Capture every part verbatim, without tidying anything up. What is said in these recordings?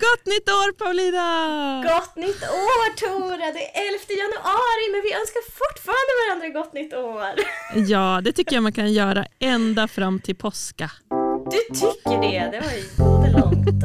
Gott nytt år, Paulina! Gott nytt år, Tora! Det är elfte januari, men vi önskar fortfarande varandra gott nytt år. Ja, det tycker jag man kan göra ända fram till påska. Du tycker det? Det var ju både långt.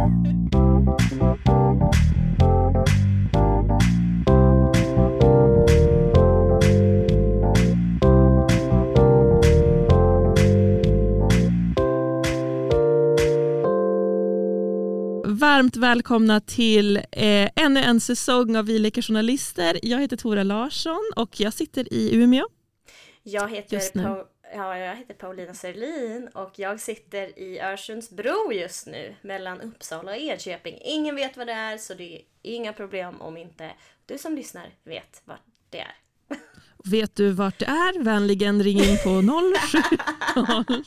Varmt välkomna till eh, ännu en säsong av Vi leker journalister. Jag heter Tora Larsson och jag sitter i Umeå. Jag heter, pa- ja, jag heter Paulina Serlin och jag sitter i Örsundsbro just nu mellan Uppsala och Enköping. Ingen vet vad det är, så det är inga problem om inte du som lyssnar vet vad det är. Vet du vart det är? Vänligen ring in på noll sju noll.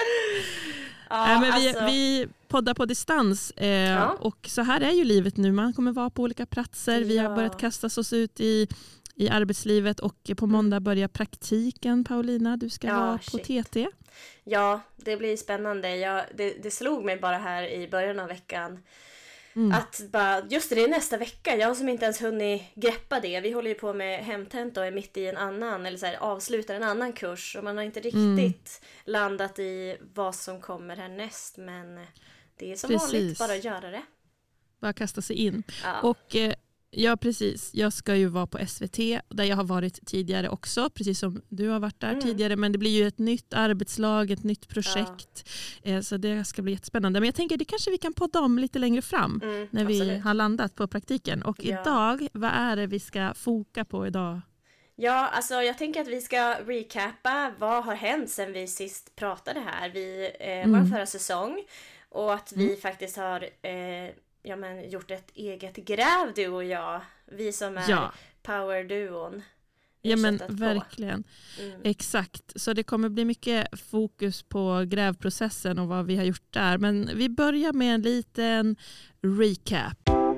Ja, Nej, men vi, alltså... vi poddar på distans eh, ja. och så här är ju livet nu. Man kommer vara på olika platser. Vi ja. har börjat kastas oss ut i, i arbetslivet och på måndag börjar praktiken. Paulina, du ska ja, vara på shit. T T. Ja, det blir spännande. Jag, det, det slog mig bara här i början av veckan. Mm. Att bara, just det, det är nästa vecka. Jag har som inte ens hunnit greppa det. Vi håller ju på med hemtent och är mitt i en annan, eller så här, avslutar en annan kurs. Och man har inte riktigt mm. landat i vad som kommer härnäst. Men det är som precis. vanligt, bara göra det. Bara kasta sig in. Ja. Och eh, ja, precis. Jag ska ju vara på S V T där jag har varit tidigare också. Precis som du har varit där mm. tidigare. Men det blir ju ett nytt arbetslag, ett nytt projekt. Ja. Eh, så det ska bli jättespännande. Men jag tänker det kanske vi kan podda om lite längre fram. Mm, när vi absolut. har landat på praktiken. Och ja. idag, vad är det vi ska foka på idag? Ja, alltså jag tänker att vi ska recappa vad har hänt sen vi sist pratade här. Vi eh, mm. var förra säsong. Och att vi mm. faktiskt har... Eh, Ja, men gjort ett eget gräv, du och jag. Vi som är ja. power-duon. Ja, men verkligen. Mm. Exakt. Så det kommer bli mycket fokus på grävprocessen och vad vi har gjort där. Men vi börjar med en liten recap.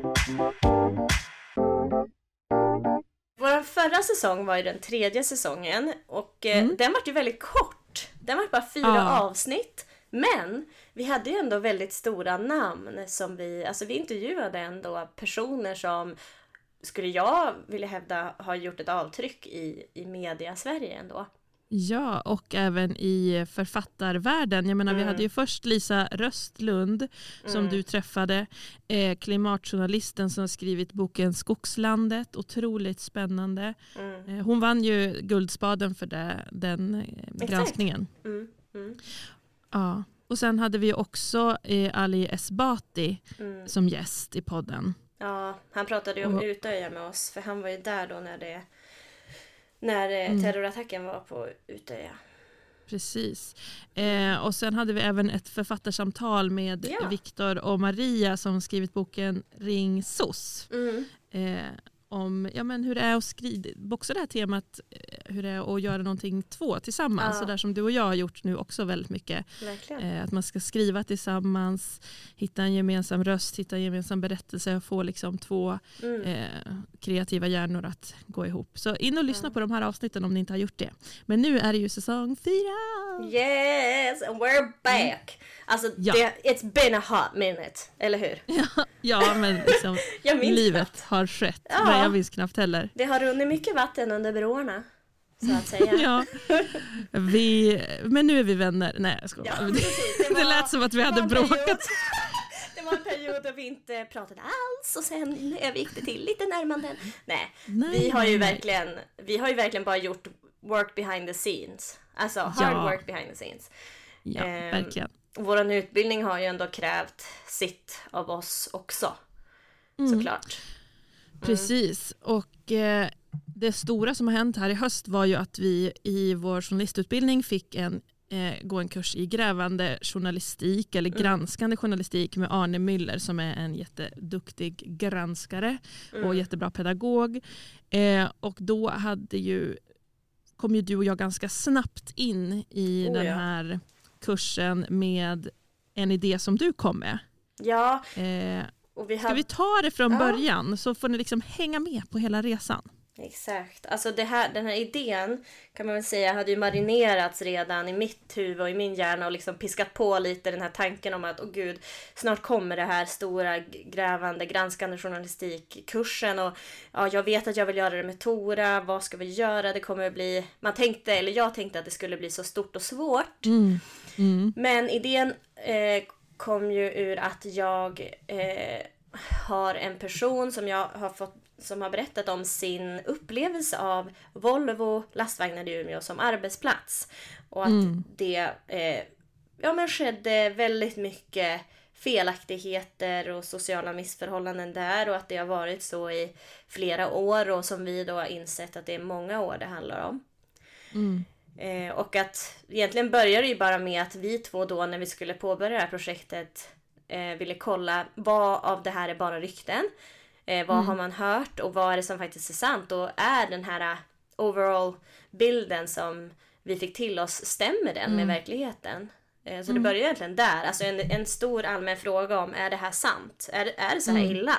Vår förra säsong var ju den tredje säsongen. Och mm. den var ju väldigt kort. Den var bara fyra ja. avsnitt. Men vi hade ju ändå väldigt stora namn som vi, alltså vi intervjuade ändå personer som, skulle jag vilja hävda, har gjort ett avtryck i, i media Sverige ändå. Ja, och även i författarvärlden. Jag menar, mm. vi hade ju först Lisa Röstlund som mm. du träffade. Eh, klimatjournalisten som har skrivit boken Skogslandet. Otroligt spännande. Mm. Eh, hon vann ju Guldspaden för det, den eh, granskningen. Mm. Mm. Ja, och sen hade vi också eh, Ali Esbati mm. som gäst i podden. Ja, han pratade ju om och... Utöja med oss, för han var ju där då när det när mm. terrorattacken var på Utöja. Precis. Eh, och sen hade vi även ett författarsamtal med ja. Viktor och Maria som skrivit boken Ring Sos. Mm. Eh, om ja, men hur det är att skriva, också det här temat hur det är att göra någonting två tillsammans, ja. så där som du och jag har gjort nu också väldigt mycket. Eh, att man ska skriva tillsammans, hitta en gemensam röst, hitta en gemensam berättelse och få liksom två mm. eh, kreativa hjärnor att gå ihop. Så in och lyssna mm. på de här avsnitten om ni inte har gjort det. Men nu är det ju säsong fyra! Yes, and we're back! Mm. Alltså, ja. det, it's been a hot minute, eller hur? Ja, ja men liksom, livet knappt. har skett. Ja. Nej, jag minns knappt heller. Det har runnit mycket vatten under broarna, så att säga. ja. vi, men nu är vi vänner. Nej, jag skojar. Ja, det, det lät som att vi hade bråkat. Det var en period då vi inte pratade alls och sen övergick det till lite närmanden. Nej, nej vi har ju nej. verkligen vi har ju verkligen bara gjort work behind the scenes. Alltså hard ja. work behind the scenes. Ja, um, verkligen. Vår utbildning har ju ändå krävt sitt av oss också. Mm. Såklart. Mm. Precis. Och eh, det stora som har hänt här i höst var ju att vi i vår journalistutbildning fick en eh, gå en kurs i grävande journalistik eller mm. granskande journalistik med Arne Müller som är en jätteduktig granskare mm. och jättebra pedagog. Eh, och då hade ju kom ju du och jag ganska snabbt in i oh, den ja. här kursen med en idé som du kom med. Ja. Eh, och vi ska har... vi ta det från ja. början så får ni liksom hänga med på hela resan. Exakt. Alltså det här, den här idén kan man väl säga hade ju marinerats redan i mitt huvud och i min hjärna och liksom piskat på lite den här tanken om att åh gud, snart kommer det här stora grävande, granskande journalistikkursen och ja, jag vet att jag vill göra det med Tora, vad ska vi göra? Det kommer att bli, man tänkte, eller jag tänkte att det skulle bli så stort och svårt. Mm. Mm. Men idén eh, kom ju ur att jag eh, har en person som jag har fått som har berättat om sin upplevelse av Volvo lastvagnar i Umeå som arbetsplats. Och att mm. det eh, ja, men skedde väldigt mycket felaktigheter och sociala missförhållanden där. Och att det har varit så i flera år och som vi då har insett att det är många år det handlar om. Mm. Eh, och att egentligen började det ju bara med att vi två då när vi skulle påbörja det här projektet eh, ville kolla vad av det här är bara rykten. Eh, vad mm. har man hört och vad är det som faktiskt är sant och är den här overall bilden som vi fick till oss, stämmer den mm. med verkligheten? Eh, så mm. det börjar egentligen där, alltså en, en stor allmän fråga om är det här sant? Är, är det så här mm. illa?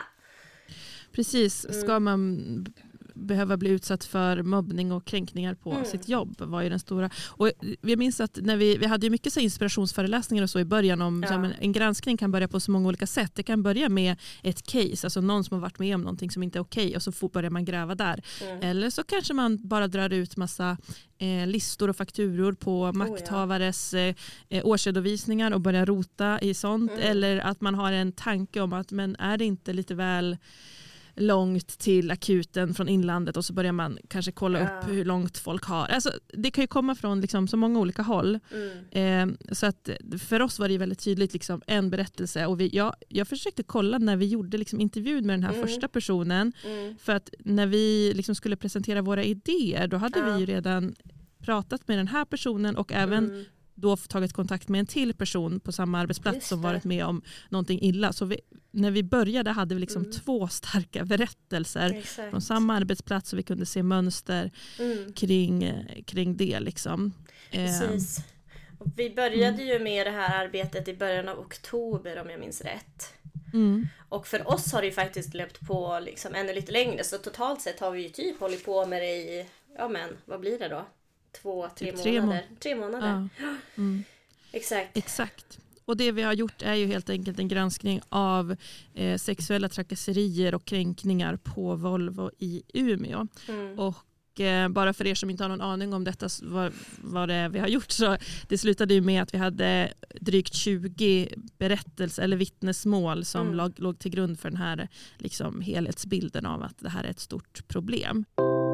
Precis, ska mm. man behöva bli utsatt för mobbning och kränkningar på mm. sitt jobb var ju den stora. Och jag minns att när vi, vi hade ju mycket så inspirationsföreläsningar och så i början om ja. så, men en granskning kan börja på så många olika sätt. Det kan börja med ett case, alltså någon som har varit med om någonting som inte är okej och så får, börjar man gräva där. Mm. Eller så kanske man bara drar ut massa eh, listor och fakturor på makthavares eh, årsredovisningar och börjar rota i sånt. Mm. Eller att man har en tanke om att men är det inte lite väl långt till akuten från inlandet och så börjar man kanske kolla ja. upp hur långt folk har. Alltså, det kan ju komma från liksom så många olika håll. Mm. Eh, så att för oss var det väldigt tydligt liksom en berättelse och vi, jag, jag försökte kolla när vi gjorde liksom intervjun med den här mm. första personen mm. för att när vi liksom skulle presentera våra idéer då hade ja. vi ju redan pratat med den här personen och även mm. då tagit kontakt med en till person på samma arbetsplats som varit med om någonting illa. Så vi, när vi började hade vi liksom mm. två starka berättelser Exakt. från samma arbetsplats och vi kunde se mönster mm. kring, kring det. Liksom. Precis. Och vi började mm. ju med det här arbetet i början av oktober om jag minns rätt. Mm. Och för oss har det ju faktiskt löpt på liksom ännu lite längre. Så totalt sett har vi ju typ hållit på med det i, ja men vad blir det då? Två, tre typ månader. Tre, må- tre månader. Ja. Mm. Exakt. Exakt. Och det vi har gjort är ju helt enkelt en granskning av eh, sexuella trakasserier och kränkningar på Volvo i Umeå. Mm. Och eh, bara för er som inte har någon aning om detta vad, vad det är vi har gjort så det slutade ju med att vi hade drygt tjugo berättelser eller vittnesmål som mm. låg, låg till grund för den här liksom, helhetsbilden av att det här är ett stort problem.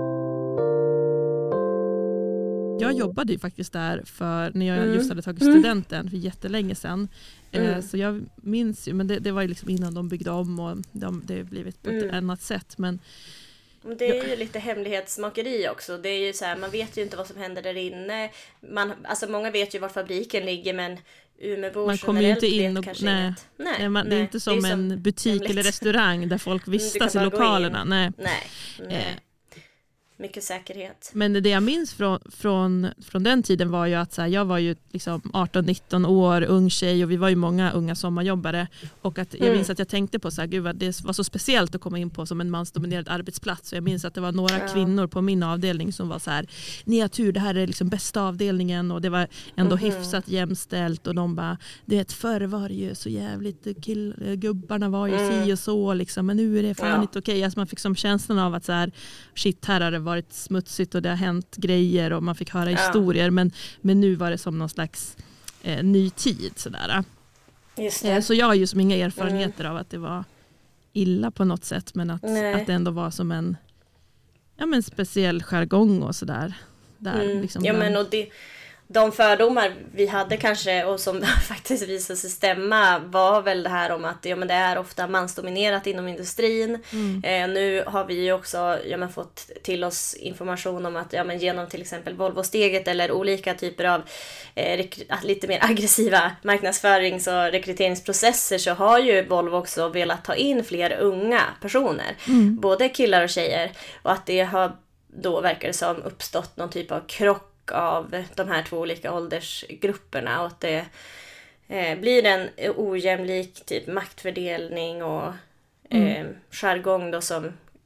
Jag jobbade ju faktiskt där för när jag just hade tagit studenten för jättelänge sedan. Mm. Eh, så jag minns ju, men det, det var ju liksom innan de byggde om och de, det har blivit på ett mm. annat sätt. Men det är ju lite hemlighetsmakeri också. Det är ju så här, man vet ju inte vad som händer där inne. Man, alltså många vet ju var fabriken ligger men Umeåbor man kommer ju inte in och, nej, nej, nej, man, nej, det är inte som, är som en butik hemligt. Eller restaurang där folk vistas i lokalerna. Nej. Nej, nej. Eh. Mycket säkerhet. Men det jag minns från, från, från den tiden var ju att så här, jag var ju liksom arton nitton år, ung tjej och vi var ju många unga sommarjobbare. Och att jag mm. minns att jag tänkte på så här, gud vad det var så speciellt att komma in på som en mansdominerad arbetsplats. Så jag minns att det var några ja. kvinnor på min avdelning som var så här, ni har tur, det här är liksom bästa avdelningen och det var ändå mm. hyfsat jämställt och de bara, det ett förr var det ju så jävligt, kill, gubbarna var ju mm. si och så liksom, men nu är det fan ja. inte okej. Alltså man fick som känslan av att så här, shit, här har det varit smutsigt och det har hänt grejer och man fick höra ja. historier men, men nu var det som någon slags eh, ny tid sådär. Just det. Eh, så jag har ju som inga erfarenheter mm. av att det var illa på något sätt men att, att det ändå var som en ja, men speciell jargong och sådär. Där, mm. liksom ja men och det de fördomar vi hade kanske och som faktiskt visade sig stämma var väl det här om att ja, men det är ofta mansdominerat inom industrin. Mm. Eh, nu har vi ju också ja, men fått till oss information om att ja, men genom till exempel Volvo-steget eller olika typer av eh, rek- lite mer aggressiva marknadsförings- och rekryteringsprocesser så har ju Volvo också velat ta in fler unga personer. Mm. Både killar och tjejer. Och att det har då verkar det som uppstått någon typ av krock av de här två olika åldersgrupperna och att det eh, blir en ojämlik typ maktfördelning och eh, jargong då som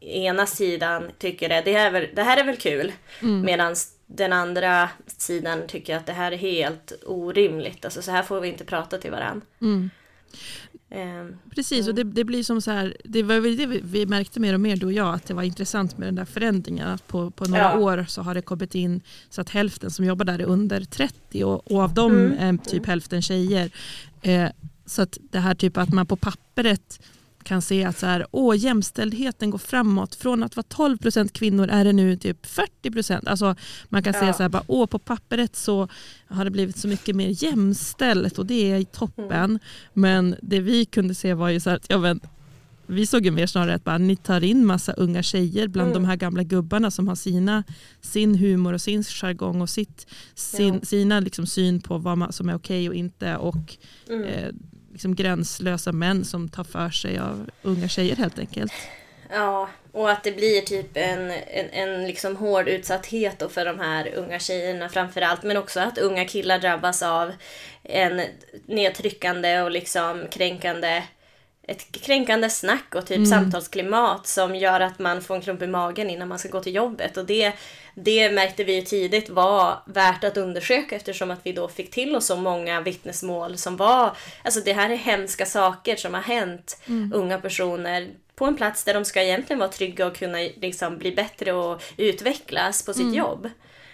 ena sidan tycker det, det, här, är väl, det här är väl kul. Mm. Medan den andra sidan tycker att det här är helt orimligt. Alltså så här får vi inte prata till varandra. Mm. Um, Precis, mm. och det, det blir som så här, det var det vi, vi märkte mer och mer du och jag, att det var intressant med den där förändringen. Att på, på några ja. år så har det kommit in så att hälften som jobbar där är under trettio och, och av dem mm. är typ mm. hälften tjejer. Eh, så att det här typ att man på pappret kan se att så här, åh, jämställdheten går framåt. Från att vara tolv procent kvinnor är det nu typ fyrtio procent. Alltså man kan ja. säga så här, bara, åh, på pappret så har det blivit så mycket mer jämställt och det är toppen. Mm. Men det vi kunde se var ju så här, att, ja, men, vi såg ju mer snarare att bara, ni tar in massa unga tjejer bland mm. de här gamla gubbarna som har sina, sin humor och sin jargong och sitt, sin, ja. sina liksom, syn på vad man, som är okej och inte och mm. eh, liksom gränslösa män som tar för sig av unga tjejer helt enkelt. Ja, och att det blir typ en, en, en liksom hård utsatthet då för de här unga tjejerna framförallt, men också att unga killar drabbas av en nedtryckande och liksom kränkande ett kränkande snack och typ mm. samtalsklimat som gör att man får en klump i magen innan man ska gå till jobbet. Och det, det märkte vi ju tidigt var värt att undersöka, eftersom att vi då fick till oss så många vittnesmål som var, alltså det här är hemska saker som har hänt mm. unga personer på en plats där de ska egentligen vara trygga och kunna liksom bli bättre och utvecklas på sitt mm. jobb.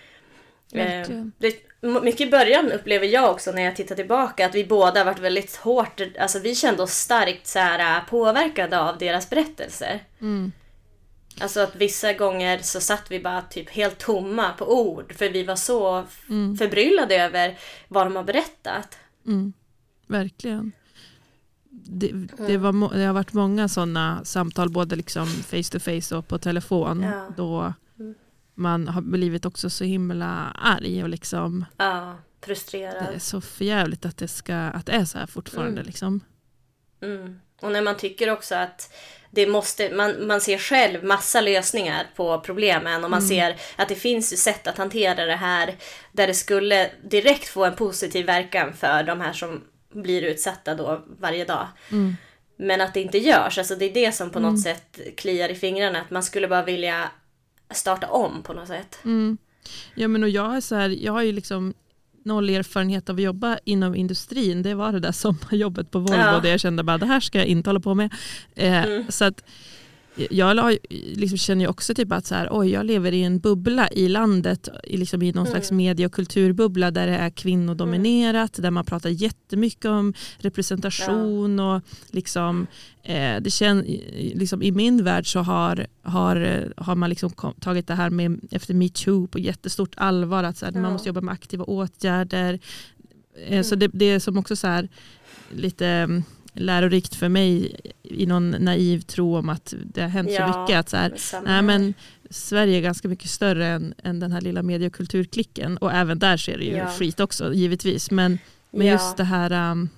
Eh, det, mycket i början upplever jag också när jag tittar tillbaka att vi båda varit väldigt hårt, alltså vi kände oss starkt så här, påverkade av deras berättelser. Mm. Alltså att vissa gånger så satt vi bara typ helt tomma på ord för vi var så mm. förbryllade över vad de har berättat. Mm. Verkligen. Det, det, var, det har varit många sådana samtal både liksom face to face och på telefon ja. då mm. man har blivit också så himla arg och liksom ja, frustrerad. Det är så förjävligt att det ska att det är så här fortfarande mm. liksom. Mm. Och när man tycker också att det måste man man ser själv massa lösningar på problemen och man mm. ser att det finns ju sätt att hantera det här där det skulle direkt få en positiv verkan för de här som blir utsatta då varje dag. Mm. Men att det inte görs, alltså det är det som på mm. något sätt kliar i fingrarna, att man skulle bara vilja starta om på något sätt. Mm. Ja, men och jag är så här, jag har ju liksom noll erfarenhet av att jobba inom industrin. Det var det där sommarjobbet på Volvo ja. där jag kände bara det här ska jag inte hålla på med. Eh, mm. Så att jag liksom känner ju också typ att så här, oj, jag lever i en bubbla i landet, liksom i någon mm. slags medie- och kulturbubbla där det är kvinnodominerat, mm. där man pratar jättemycket om representation ja. och liksom, eh, det känns, liksom i min värld så har, har, har man liksom tagit det här med efter MeToo på jättestort allvar, att så här, ja. man måste jobba med aktiva åtgärder. Eh, mm. Så det, det är som också så här lite lärorikt för mig i någon naiv tro om att det har hänt ja, så mycket. Att så här, nej, men Sverige är ganska mycket större än, än den här lilla medie- och kulturklicken. Och även där ser det ju ja. skit också, givetvis. Men, men ja. just det här... Um,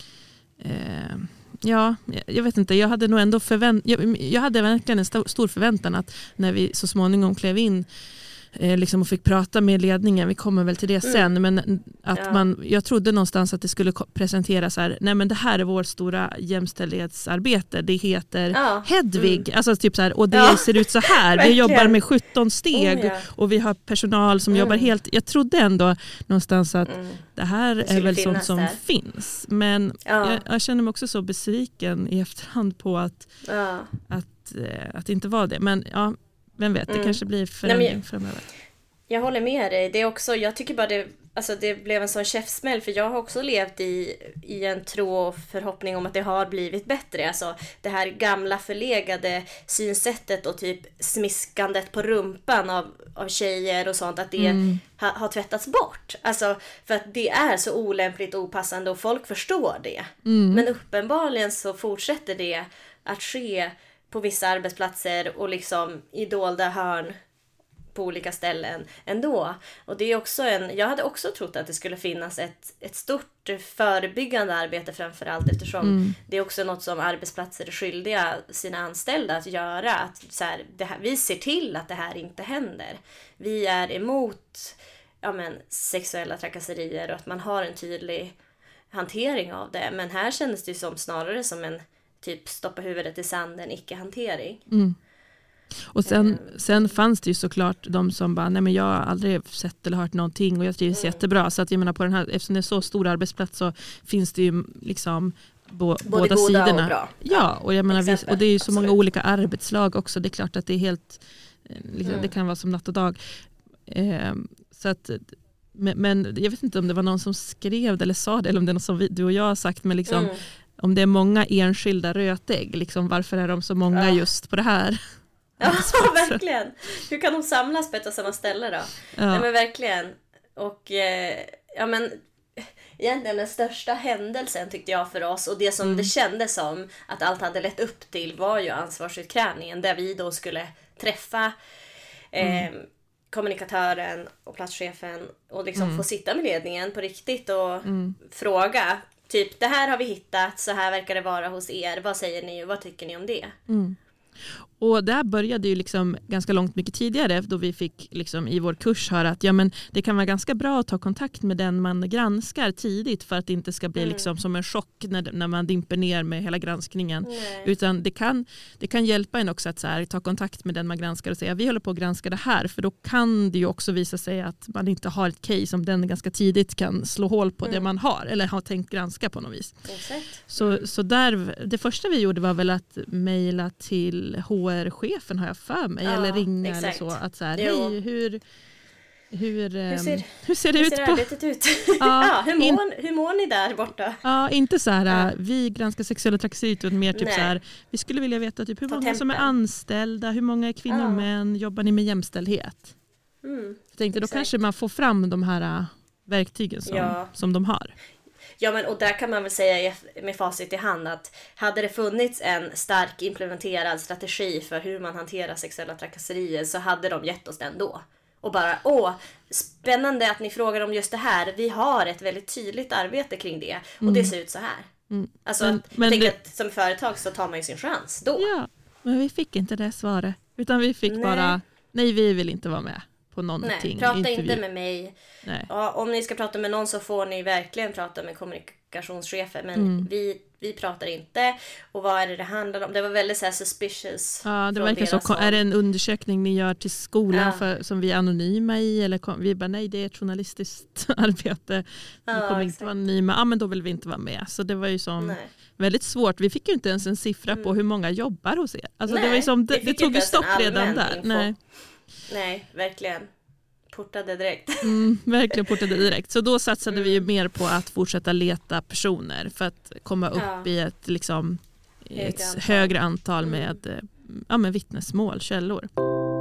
eh, ja, jag vet inte. Jag hade nog ändå förvänt, jag, jag hade verkligen en st- stor förväntan att när vi så småningom klev in liksom och fick prata med ledningen, vi kommer väl till det sen, mm. men att ja. man, jag trodde någonstans att det skulle presenteras så här, nej men det här är vårt stora jämställdhetsarbete, det heter ja. Hedvig, mm. alltså typ så här, och det ja. ser ut så här, vi jobbar med sjutton steg oh, ja. och vi har personal som mm. jobbar helt, jag trodde ändå någonstans att mm. det här det är väl sånt som där. finns, men ja. jag, jag känner mig också så besviken i efterhand på att, ja. att, att det inte var det, men ja, vem vet, det mm. kanske blir förändring Nej, framöver. Jag håller med dig. Det är också, jag tycker bara det, alltså det blev en sån käftsmäll, för jag har också levt i, i en tro och förhoppning om att det har blivit bättre. Alltså det här gamla förlegade synsättet och typ smiskandet på rumpan av, av tjejer och sånt, att det mm. ha, har tvättats bort. Alltså för att det är så olämpligt och opassande och folk förstår det. Mm. Men uppenbarligen så fortsätter det att ske på vissa arbetsplatser och liksom i dolda hörn på olika ställen ändå. Och det är också en, jag hade också trott att det skulle finnas ett, ett stort förebyggande arbete framförallt, eftersom mm. det är också något som arbetsplatser är skyldiga sina anställda att göra. Att så här, det här, vi ser till att det här inte händer. Vi är emot ja, men, sexuella trakasserier och att man har en tydlig hantering av det. Men här kändes det som snarare som en typ stoppa huvudet i sanden, icke-hantering. Mm. Och sen, sen fanns det ju såklart de som bara, nej men jag har aldrig sett eller hört någonting och jag trivs mm. jättebra. Så att jag menar på den här, eftersom det är så stor arbetsplats så finns det ju liksom bo, Både båda goda sidorna. Och bra. Ja, och jag menar, vi, och det är ju så Absolut. många olika arbetslag också. Det är klart att det är helt, liksom, mm. det kan vara som natt och dag. Eh, så att, men, men jag vet inte om det var någon som skrev det eller sa det, eller om det är något som vi, du och jag har sagt, men liksom, mm. om det är många enskilda rötägg, liksom, varför är de så många ja. just på det här? Ja, verkligen. Hur kan de samlas på ett och samma ställe då? Ja. Nej, men verkligen. Och eh, ja, men egentligen den största händelsen tyckte jag för oss, och det som mm. det kändes som att allt hade lett upp till, var ju ansvarsutkrävningen, där vi då skulle träffa eh, mm. kommunikatören och platschefen och liksom mm. få sitta med ledningen på riktigt och mm. fråga typ, det här har vi hittat, så här verkar det vara hos er, vad säger ni och vad tycker ni om det? Mm. Och det här började ju liksom ganska långt mycket tidigare, då vi fick liksom i vår kurs höra att ja, men det kan vara ganska bra att ta kontakt med den man granskar tidigt, för att det inte ska bli mm. liksom som en chock när, när man dimper ner med hela granskningen. Nej. Utan det kan, det kan hjälpa en också att så här, ta kontakt med den man granskar och säga vi håller på att granska det här, för då kan det ju också visa sig att man inte har ett case som den ganska tidigt kan slå hål på mm. det man har eller har tänkt granska på något vis. Exakt. Så, så där, det första vi gjorde var väl att mejla till H R-chefen, har jag för mig, ja, eller ringa exakt. eller så, att så här, hej, hur hur, hur, ser, hur ser det hur ut ser på arbetet ut? Ja, ja, hur, mår, in, hur mår ni där borta? Ja, inte så här, ja. vi granskar sexuella trakasserier, utan mer typ så här, vi skulle vilja veta typ hur Ta många tempen. som är anställda, hur många är kvinnor och ja. män, jobbar ni med jämställdhet? Mm, jag tänkte, då exakt. kanske man får fram de här verktygen som, ja. som de har. Ja, men och där kan man väl säga med facit i hand att hade det funnits en stark implementerad strategi för hur man hanterar sexuella trakasserier, så hade de gett oss den då. Och bara, åh, spännande att ni frågar om just det här. Vi har ett väldigt tydligt arbete kring det. Och mm. det ser ut så här. Mm. Alltså, men, jag men tänker det... att som företag så tar man ju sin chans då. Ja, men vi fick inte det svaret. Utan vi fick nej. bara, nej vi vill inte vara med på någonting. Nej, prata intervju. inte med mig. Nej. Ja, om ni ska prata med någon så får ni verkligen prata med kommunikationschefen. Men mm. vi, vi pratar inte. Och vad är det det handlar om? Det var väldigt så här suspicious. Ja, det verkar så. Håll. Är det en undersökning ni gör till skolan ja. för, som vi är anonyma i? Eller kom, vi bara, nej det är ett journalistiskt arbete. Vi ja, kommer inte vara anonyma. Ja, men då vill vi inte vara med. Så det var ju som... Nej. Väldigt svårt. Vi fick ju inte ens en siffra mm. på hur många jobbar hos er. Alltså nej, det var ju som, det, det tog ju stopp redan där. Info. Nej. Nej, verkligen. Portade direkt. Mm, verkligen portade direkt. Så då satsade mm. vi ju mer på att fortsätta leta personer för att komma upp ja. i ett, liksom, högre, ett antal. högre antal mm. med ja, med vittnesmål, källor.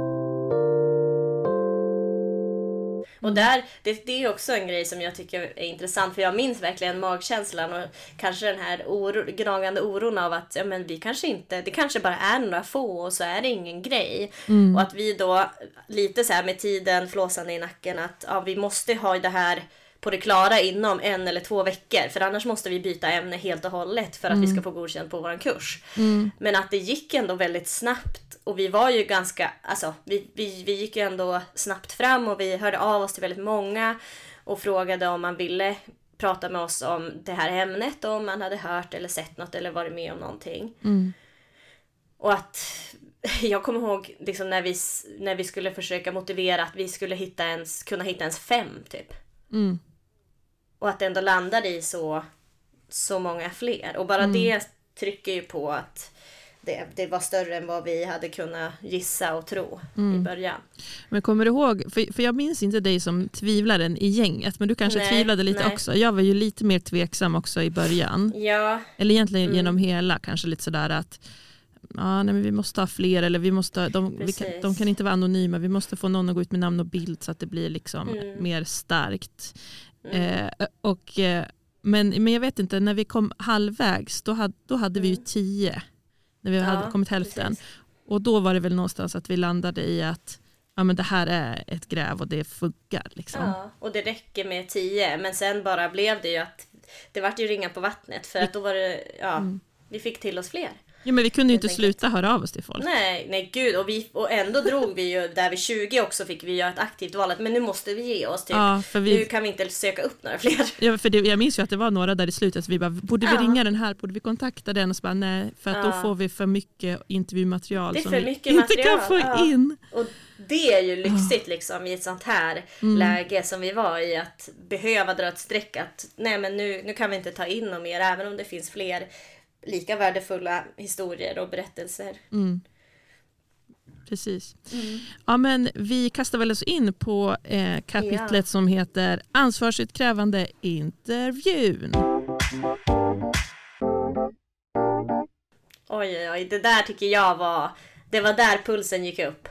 Och där, det, det är också en grej som jag tycker är intressant, för jag minns verkligen magkänslan och kanske den här oro, gnagande oron av att ja, men vi kanske inte, det kanske bara är några få och så är det ingen grej. Mm. Och att vi då lite så här med tiden flåsande i nacken att ja, vi måste ha det här på det klara inom en eller två veckor, för annars måste vi byta ämne helt och hållet för att mm. vi ska få godkänt på vår kurs. Mm. Men att det gick ändå väldigt snabbt. Och vi var ju ganska, alltså vi, vi, vi gick ju ändå snabbt fram och vi hörde av oss till väldigt många och frågade om man ville prata med oss om det här ämnet, och om man hade hört eller sett något eller varit med om någonting. Mm. Och att jag kommer ihåg liksom när, vi, när vi skulle försöka motivera att vi skulle hitta ens, kunna hitta ens fem typ. Mm. Och att det ändå landade i så, så många fler. Och bara mm. det trycker ju på att Det, det var större än vad vi hade kunnat gissa och tro mm. i början. Men kommer du ihåg, för, för jag minns inte dig som tvivlaren i gänget, men du kanske nej, tvivlade lite nej. också. Jag var ju lite mer tveksam också i början. Ja. Eller egentligen mm. genom hela, kanske lite sådär att ja, nej, men vi måste ha fler, eller vi måste, de, vi kan, de kan inte vara anonyma, vi måste få någon att gå ut med namn och bild så att det blir liksom mm. mer starkt. Mm. Eh, och, eh, men, men jag vet inte, när vi kom halvvägs, då hade, då hade mm. vi ju tio. När vi ja, hade kommit hälften. Precis. Och då var det väl någonstans att vi landade i att ja, men det här är ett gräv och det funkar. Liksom. Ja, och det räcker med tio. Men sen bara blev det ju att det var ju ringa på vattnet. För att då var det, ja, mm. vi fick till oss fler. Ja, men vi kunde ju inte sluta höra av oss till folk. Nej, nej gud. Och, vi, och ändå drog vi ju där vid tjugo också fick vi göra ett aktivt val. Men nu måste vi ge oss typ. Ja, för vi... Nu kan vi inte söka upp några fler. Ja, för det, jag minns ju att det var några där i slutet. Så vi bara, borde vi ja. ringa den här? Borde vi kontakta den? Och så bara, nej, för att ja. då får vi för mycket intervjumaterial det är som för vi mycket inte material. kan få ja. in. Och det är ju lyxigt ja. liksom i ett sånt här mm. läge som vi var i. Att behöva dra ett streck. Att nej, men nu, nu kan vi inte ta in något mer. Även om det finns fler lika värdefulla historier och berättelser. Mm. Precis. Mm. Ja, men vi kastar väl oss in på eh, kapitlet ja. som heter ansvarsutkrävande intervjun. Oj, oj, oj. Det där tycker jag var... Det var där pulsen gick upp.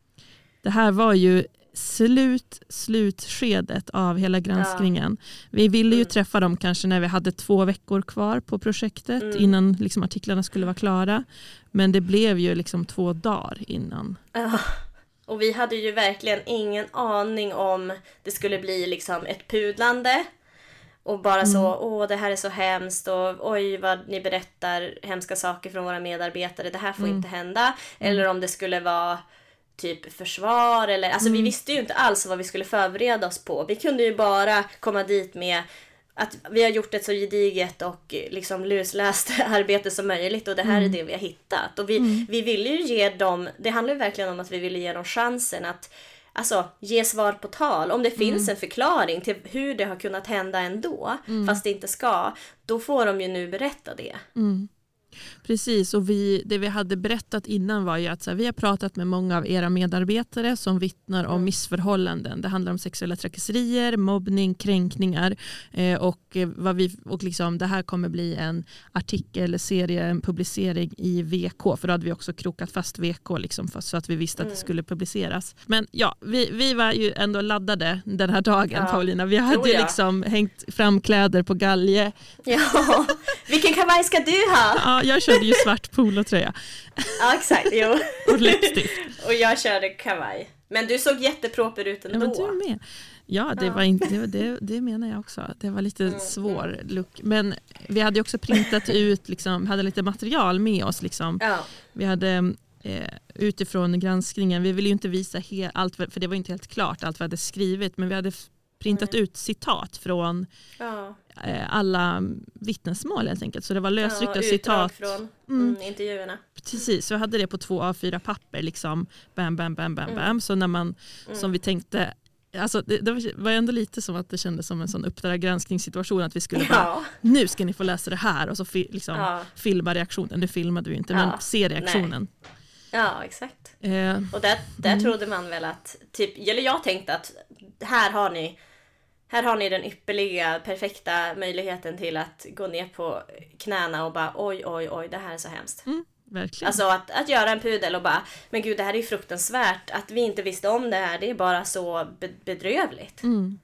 Det här var ju slut, slutskedet av hela granskningen. Ja. Vi ville ju mm. träffa dem kanske när vi hade två veckor kvar på projektet mm. innan liksom artiklarna skulle vara klara. Men det blev ju liksom två dagar innan. Ja. Och vi hade ju verkligen ingen aning om det skulle bli liksom ett pudlande. Och bara mm. så, åh det här är så hemskt och oj vad ni berättar hemska saker från våra medarbetare. Det här får mm. inte hända. Mm. Eller om det skulle vara typ försvar eller alltså mm. vi visste ju inte alls vad vi skulle förbereda oss på. Vi kunde ju bara komma dit med att vi har gjort ett så gediget och liksom lusläst arbete som möjligt och det här mm. är det vi har hittat. Och vi, mm. vi ville ju ge dem, det handlar ju verkligen om att vi ville ge dem chansen att alltså ge svar på tal. Om det finns mm. en förklaring till hur det har kunnat hända ändå, mm. fast det inte ska, då får de ju nu berätta det. Mm. Precis, och vi, det vi hade berättat innan var ju att så här, vi har pratat med många av era medarbetare som vittnar om missförhållanden. Det handlar om sexuella trakasserier, mobbning, kränkningar eh, och, vad vi, och liksom, det här kommer bli en artikel, serie, en publicering i V K, för då hade vi också krokat fast V K liksom, för, så att vi visste att det skulle publiceras. Men ja, vi, vi var ju ändå laddade den här dagen, ja. Paulina. Vi hade ju liksom hängt fram kläder på galge. Ja, vilken kavaj ska du ha? Ja, jag körde ju svart polotröja. Ja, exakt. Jo. Och läppstift. Och jag körde kavaj. Men du såg jätteproper ut ändå. Ja, men du med. Ja, det, ja. Var inte, det, det, det menar jag också. Det var lite mm. svår look. Men vi hade också printat ut, liksom, hade lite material med oss. Liksom. Ja. Vi hade eh, utifrån granskningen, vi ville ju inte visa he- allt, för det var inte helt klart allt vi hade skrivit. Men vi hade printat mm. ut citat från ja. eh, alla vittnesmål helt enkelt. Så det var lösryckta ja, citat från mm, intervjuerna. Precis, så jag hade det på två A fyra papper liksom bam, bam, bam, bam, mm. bam. Så när man, mm. som vi tänkte, alltså det, det var ändå lite som att det kändes som en sån Uppdrag granskningssituation att vi skulle ja. bara, nu ska ni få läsa det här och så fi, liksom, ja. filma reaktionen. Det filmade vi inte, ja. men se reaktionen. Nej. Ja, exakt. Eh, och där, där mm. trodde man väl att, typ, eller jag tänkte att här har ni Här har ni den ypperliga, perfekta möjligheten till att gå ner på knäna och bara oj, oj, oj, det här är så hemskt. Mm, verkligen. Alltså att, att göra en pudel och bara, men gud, det här är ju fruktansvärt. Att vi inte visste om det här, det är bara så bedrövligt. Mm.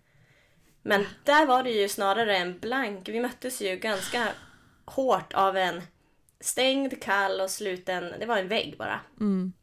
Men där var det ju snarare en blank. Vi möttes ju ganska hårt av en stängd, kall och sluten, det var en vägg bara. Mm.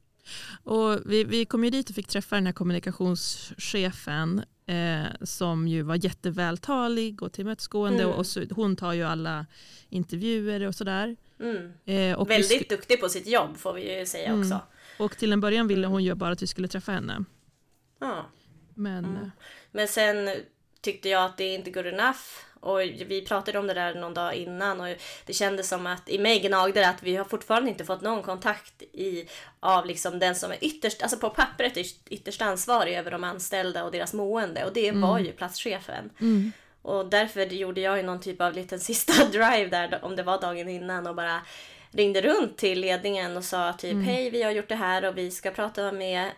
Och vi, vi kom ju dit och fick träffa den här kommunikationschefen eh, som ju var jättevältalig och tillmötesgående mm. och, och så, hon tar ju alla intervjuer och sådär. Mm. Eh, och väldigt sk- duktig på sitt jobb får vi ju säga mm. också. Och till en början ville hon ju bara att vi skulle träffa henne. Ja. Men, mm. Men sen tyckte jag att det inte går enough. Och vi pratade om det där någon dag innan och det kändes som att i mig gnagde det att vi har fortfarande inte fått någon kontakt i, av liksom den som är ytterst, alltså på pappret ytterst ansvarig över de anställda och deras mående, och det mm. var ju platschefen. Mm. Och därför gjorde jag ju någon typ av liten sista drive där, om det var dagen innan, och bara ringde runt till ledningen och sa typ mm. hej, vi har gjort det här och vi ska prata med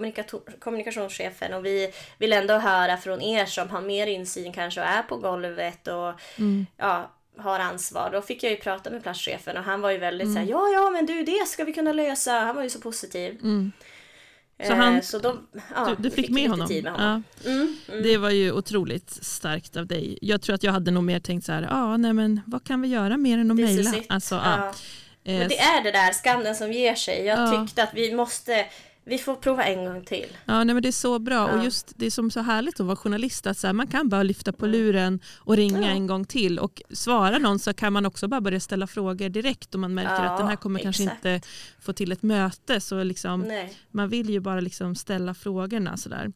kommunikationschefen och vi vill ändå höra från er som har mer insyn kanske och är på golvet och mm. ja, har ansvar. Då fick jag ju prata med platschefen och han var ju väldigt mm. så här, ja ja men du, det ska vi kunna lösa. Han var ju så positiv. Mm. Så, han, så då, ja, du, du fick, fick med honom? Tid med honom. Ja. Mm, mm. Det var ju otroligt starkt av dig. Jag tror att jag hade nog mer tänkt så här, ja nej men vad kan vi göra mer än att mejla? Alltså, ja. Ja. Men det är det där skammen som ger sig. Jag ja. tyckte att vi måste vi får prova en gång till. Ja, nej, men det är så bra. Ja. Och just det är som så härligt att vara journalist. Att så här, man kan bara lyfta på luren och ringa ja. en gång till. Och svara någon så kan man också bara börja ställa frågor direkt. Om man märker ja, att den här kommer exakt. kanske inte få till ett möte. Så liksom, man vill ju bara liksom ställa frågorna sådär.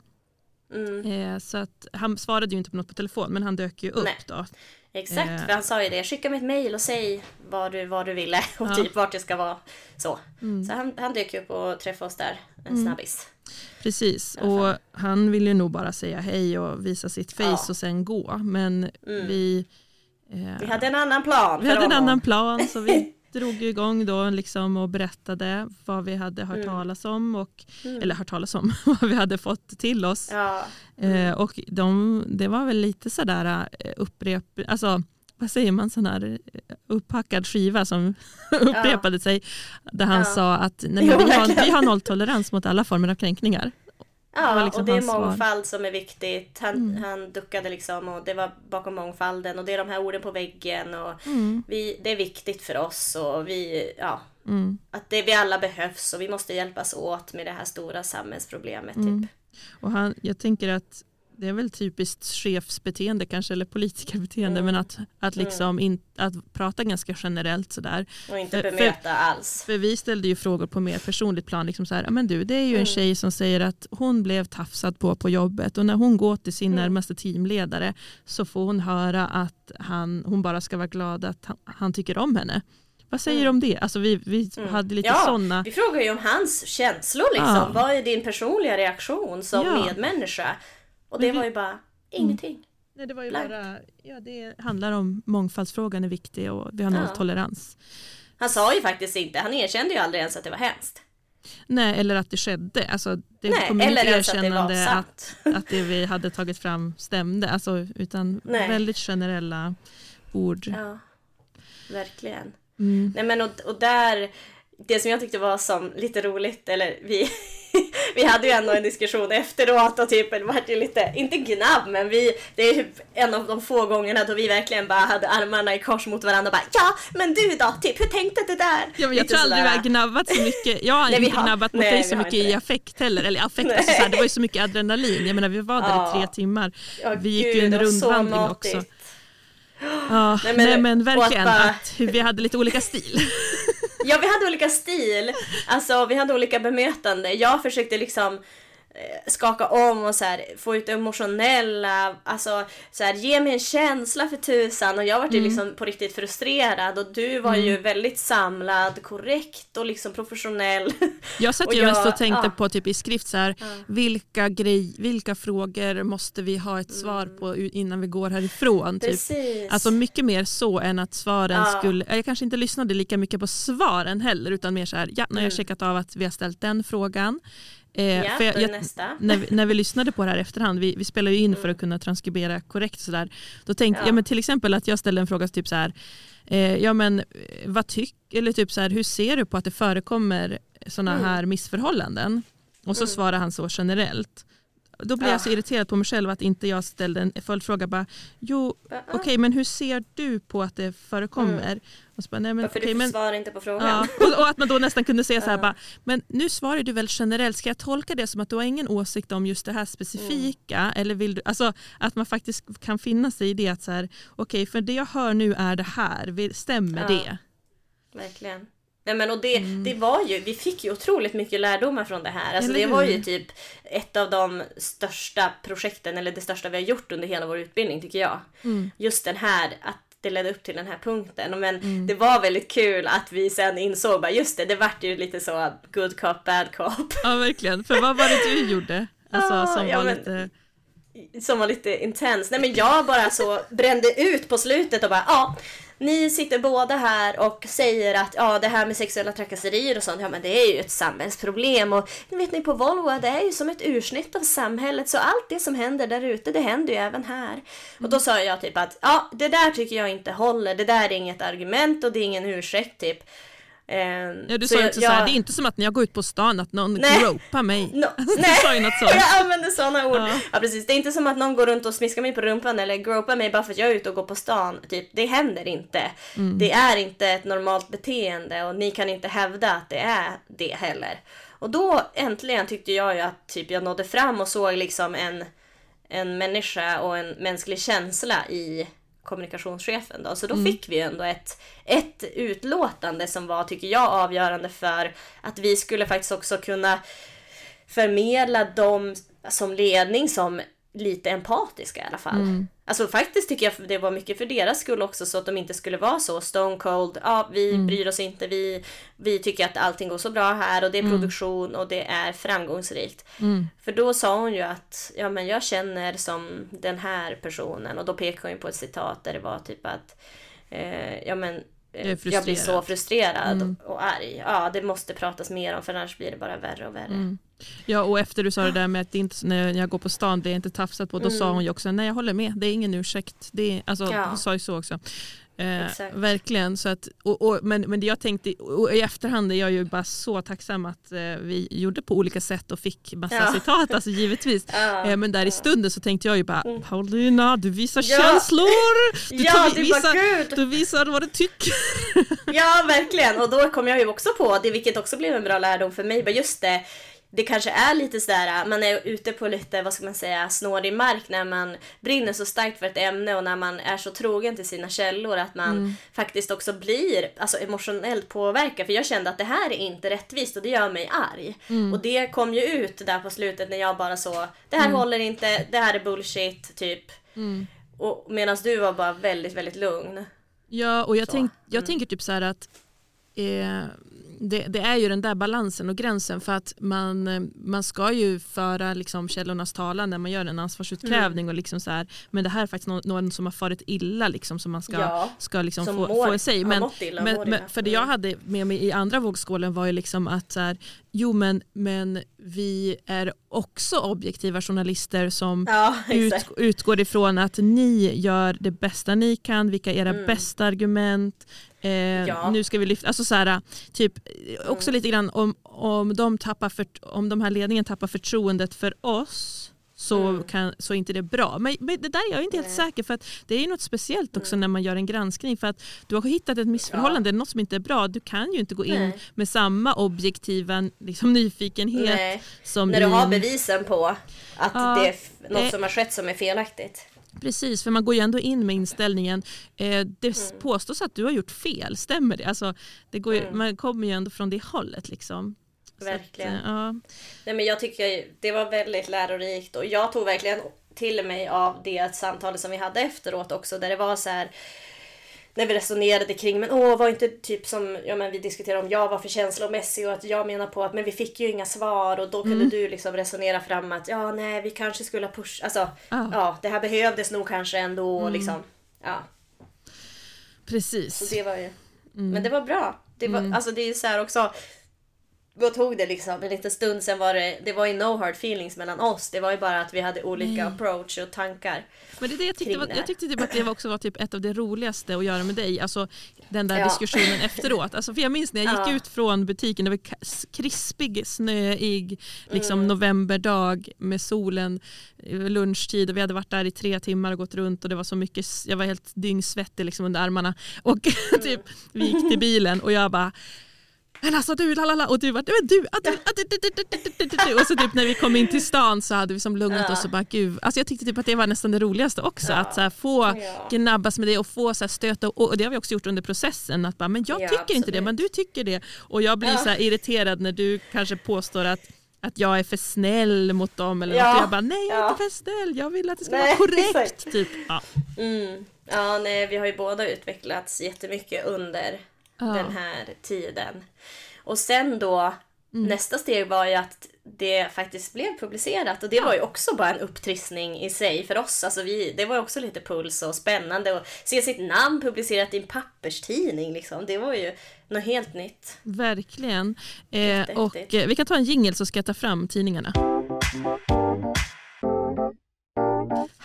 Mm. Eh, så att, han svarade ju inte på något på telefon, men han dök ju upp nej. då. Exakt, eh. för han sa ju det. Skicka mig ett mejl och säg vad du, vad du ville och ja. typ vart det ska vara. Så, mm. så han, han dök upp och träffade oss där, en mm. snabbis. Precis, och han ville ju nog bara säga hej och visa sitt face ja. och sen gå. Men mm. vi... Eh, vi hade en annan plan. Vi hade en annan plan, så vi drog igång då liksom och berättade vad vi hade hört mm. talas om. Och, mm. Eller hört talas om, vad vi hade fått till oss. Ja. Mm. Eh, och de, det var väl lite sådär upprep... Alltså, vad säger man, sån här upphackad skiva som upprepade ja. sig. Där han ja. sa att nej, men vi, har, vi har nolltolerans mot alla former av kränkningar. Ja, det liksom och det är mångfald svar. som är viktigt. Han, mm. han duckade liksom och det var bakom mångfalden och det är de här orden på väggen och mm. vi, det är viktigt för oss och vi, ja, mm. att det, vi alla behövs och vi måste hjälpas åt med det här stora samhällsproblemet. Mm. Typ. Och han, jag tänker att det är väl typiskt chefsbeteende kanske, eller politikerbeteende, mm. men att, att, liksom mm. in, att prata ganska generellt sådär. Och inte bemöta för, alls. För vi ställde ju frågor på mer personligt plan. Liksom så här, men du, det är ju mm. en tjej som säger att hon blev tafsad på på jobbet och när hon går till sin mm. närmaste teamledare så får hon höra att han, hon bara ska vara glad att han, han tycker om henne. Vad säger du mm. om det? Alltså vi, vi mm. hade lite ja, sådana... vi frågar ju om hans känslor liksom. Ja. Vad är din personliga reaktion som ja. medmänniska? Och det vi, var ju bara ingenting. Mm. Nej, det var ju bara, ja, det handlar om mångfaldsfrågan är viktig och vi har nolltolerans. Ja. Han sa ju faktiskt inte, han erkände ju aldrig ens att det var hemskt. Nej, eller att det skedde. Alltså, det Nej, kom eller inte ens erkännande att det var sant. Att, att det vi hade tagit fram stämde. Alltså, utan Nej. väldigt generella ord. Ja, verkligen. Mm. Nej, men och, och där... Det som jag tyckte var som lite roligt, eller vi, vi hade ju ändå en diskussion efteråt och typ, det var ju lite, inte gnabb, men vi, det är typ en av de få gångerna då vi verkligen bara hade armarna i kors mot varandra och bara, ja, men du då, typ, hur tänkte du där? Ja, men jag tror aldrig vi har gnabbat så mycket, jag har nej, inte har, gnabbat mot nej, dig så mycket i affekt heller, eller affekt, alltså, så här, det var ju så mycket adrenalin, jag menar vi var där ja. i tre timmar, ja, vi gick gud, ju en rundvandring också. Ja, nej, men, nej, men verkligen att, bara... att vi hade lite olika stil. Ja, vi hade olika stil. Alltså, vi hade olika bemötande. Jag försökte liksom skaka om och så här, få ut emotionella, alltså så här, ge mig en känsla för tusan, och jag var ju mm. liksom på riktigt frustrerad, och du var mm. ju väldigt samlad, korrekt och liksom professionell. Jag satt ju mest och tänkte ja. på typ i skrift så här, ja. vilka grej, vilka frågor måste vi ha ett svar på innan vi går härifrån typ. Alltså mycket mer så än att svaren ja. skulle, jag kanske inte lyssnade lika mycket på svaren heller, utan mer så här, ja, när jag mm. checkat av att vi har ställt den frågan. Eh, ja, för jag, jag, när, vi, när vi lyssnade på det här efterhand, vi, vi spelar ju in mm. för att kunna transkribera korrekt så där. Då tänkte ja. jag men till exempel att jag ställde en fråga typ så här, eh, ja men vad tycker, eller typ så här, hur ser du på att det förekommer såna mm. här missförhållanden? Och så mm. svarar han så generellt. Då blir ja. jag så irriterad på mig själv att inte jag ställde en följdfråga bara, jo okej okay, men hur ser du på att det förekommer? Mm. Och så bara, nej, men, Varför okay, du men, svarar inte på frågan? Ja, och, och att man då nästan kunde säga så här, bara, men nu svarar du väl generellt, ska jag tolka det som att du har ingen åsikt om just det här specifika? Mm. Eller vill du, alltså att man faktiskt kan finna sig i det att så här, okej okay, för det jag hör nu är det här, stämmer ja. det? Verkligen. Nej, men och det, mm. det var ju, vi fick ju otroligt mycket lärdomar från det här. Alltså eller det hur? var ju typ ett av de största projekten, eller det största vi har gjort under hela vår utbildning tycker jag. Mm. Just den här, att det ledde upp till den här punkten. Men mm. det var väldigt kul att vi sen insåg, bara just det, det vart ju lite så good cop, bad cop. Ja, verkligen. För vad var det du gjorde? Alltså ah, som ja, var men, lite... Som var lite intens. Nej, men jag bara så brände ut på slutet och bara, ja... Ni sitter båda här och säger att ja, det här med sexuella trakasserier och sånt, ja men det är ju ett samhällsproblem, och vet ni på Volvo, det är ju som ett ursnitt av samhället, så allt det som händer där ute, det händer ju även här. Mm. Och då sa jag typ att ja, det där tycker jag inte håller, det där är inget argument och det är ingen ursäkt typ. Ja, du sa ju också jag, så här, det är inte som att när jag går ut på stan att någon gropar mig. No, du nej, sa ju något sånt. Jag använder sådana ord. Ja. Ja, precis. Det är inte som att någon går runt och smiskar mig på rumpan eller gropar mig bara för att jag är ute och går på stan. Typ, det händer inte. Mm. Det är inte ett normalt beteende och ni kan inte hävda att det är det heller. Och då äntligen tyckte jag ju att typ, jag nådde fram och såg liksom en, en människa och en mänsklig känsla i kommunikationschefen då. Så då mm. fick vi ändå ett, ett utlåtande som var, tycker jag, avgörande för att vi skulle faktiskt också kunna förmedla dem som ledning som lite empatiska i alla fall. Mm. Alltså faktiskt tycker jag det var mycket för deras skull också, så att de inte skulle vara så stone cold. Ja, vi mm. bryr oss inte. Vi, vi tycker att allting går så bra här och det är mm. produktion och det är framgångsrikt. Mm. För då sa hon ju att ja, men jag känner som den här personen, och då pekade hon ju på ett citat där det var typ att eh, ja men jag, jag blir så frustrerad mm. och arg. Ja, det måste pratas mer om, för annars blir det bara värre och värre. Mm. Ja, och efter du sa det där med att det inte, när jag går på stan, det är inte tafsat på, då mm. sa hon ju också, nej jag håller med, det är ingen ursäkt. Det är, alltså, ja. Hon sa ju så också. Eh, verkligen. Så att, och, och, men, men det jag tänkte, och i efterhand är jag ju bara så tacksam att eh, vi gjorde på olika sätt och fick massa ja. citat, alltså givetvis. Ja. Eh, men där i stunden så tänkte jag ju bara, mm. Paulina, du visar ja. känslor! Du, ja, tar, du, visar, bara, Gud. du visar vad du tycker. Ja, verkligen. Och då kom jag ju också på det, vilket också blev en bra lärdom för mig. Bara just det, det kanske är lite sådär, man är ute på lite, vad ska man säga, snårig mark när man brinner så starkt för ett ämne och när man är så trogen till sina källor att man mm. faktiskt också blir alltså, emotionellt påverkad. För jag kände att det här är inte rättvist och det gör mig arg. Mm. Och det kom ju ut där på slutet när jag bara så, det här mm. håller inte, det här är bullshit typ. Mm. Och medan du var bara väldigt, väldigt lugn. Ja, och jag, tänk, jag mm. tänker typ så här att eh, Det, det är ju den där balansen och gränsen, för att man, man ska ju föra liksom källornas talan när man gör en ansvarsutkrävning mm. och liksom så här, men det här är faktiskt någon, någon som har farit illa liksom, som man ska, ja, ska liksom få, mår, få sig. Men, illa, men, men för det jag hade med mig i andra vågskålen var ju liksom att så här, jo men, men vi är också objektiva journalister som ja, ut, utgår ifrån att ni gör det bästa ni kan, vilka är era mm. bästa argument. Eh, ja. Nu ska vi lyfta, alltså så här, typ också mm. lite grann om, om, de tappar för, om de här ledningen tappar förtroendet för oss, så, mm. kan, så är inte det bra. Men, men det där är jag inte helt Nej. säker, för att det är ju något speciellt också mm. när man gör en granskning, för att du har hittat ett missförhållande, ja. något som inte är bra. Du kan ju inte gå in Nej. med samma objektiva liksom, nyfikenhet. Nej. Som när du in... har bevisen på att ja, det är något eh... som har skett som är felaktigt. Precis, för man går ju ändå in med inställningen. Eh, det mm. påstås att du har gjort fel, stämmer det? Alltså, det går ju, mm. man kommer ju ändå från det hållet liksom. Verkligen. Att, ja. Nej, men jag tycker det var väldigt lärorikt, och jag tog verkligen till mig av det samtalet som vi hade efteråt också, där det var så här, när vi resonerade kring, men åh, var inte typ som, ja men vi diskuterade om jag var för känslomässig och att jag menar på att, men vi fick ju inga svar, och då kunde mm. du liksom resonera fram att, ja nej, vi kanske skulle ha push, alltså, oh. ja, det här behövdes nog kanske ändå, mm. liksom, ja. Precis. Så det var ju, mm. men det var bra. Det var, mm. alltså det är så här också, vad tog det liksom? En liten stund sen var det, det var ju no hard feelings mellan oss. Det var ju bara att vi hade olika Nej. approach och tankar. Men det är det jag tyckte, var, jag tyckte typ att det också var typ ett av det roligaste att göra med dig. Alltså den där ja. diskussionen efteråt. Alltså, för jag minns när jag gick ja. ut från butiken, det var krispig, snöig liksom mm. novemberdag med solen, lunchtid, och vi hade varit där i tre timmar och gått runt, och det var så mycket, jag var helt dyngsvettig liksom under armarna. Och mm. typ vi gick till bilen och jag bara, men alltså du, lalala, och du var, men du, att du, att du, du, du, du, du, och så typ när vi kom in till stan så hade vi som lugnat ja. oss och bara, gud, alltså jag tyckte typ att det var nästan det roligaste också, ja. att så här, få ja. gnabbas med det och få så här, stöta, och, och det har vi också gjort under processen, att bara, men jag ja, tycker absolut. inte det, men du tycker det, och jag blir ja. så här irriterad när du kanske påstår att att jag är för snäll mot dem eller ja. något, och jag bara, nej jag är ja. inte för snäll, jag vill att det ska nej, vara korrekt typ. Ja. Mm. ja, nej, vi har ju båda utvecklats jättemycket under ja. den här tiden. Och sen då, mm. nästa steg var ju att det faktiskt blev publicerat. Och det ja. var ju också bara en upptrissning i sig för oss. Alltså vi, det var ju också lite puls och spännande. Och se sitt namn publicerat i en papperstidning. Liksom. Det var ju något helt nytt. Verkligen. Eh, och eh, vi kan ta en jingle så ska jag ta fram tidningarna.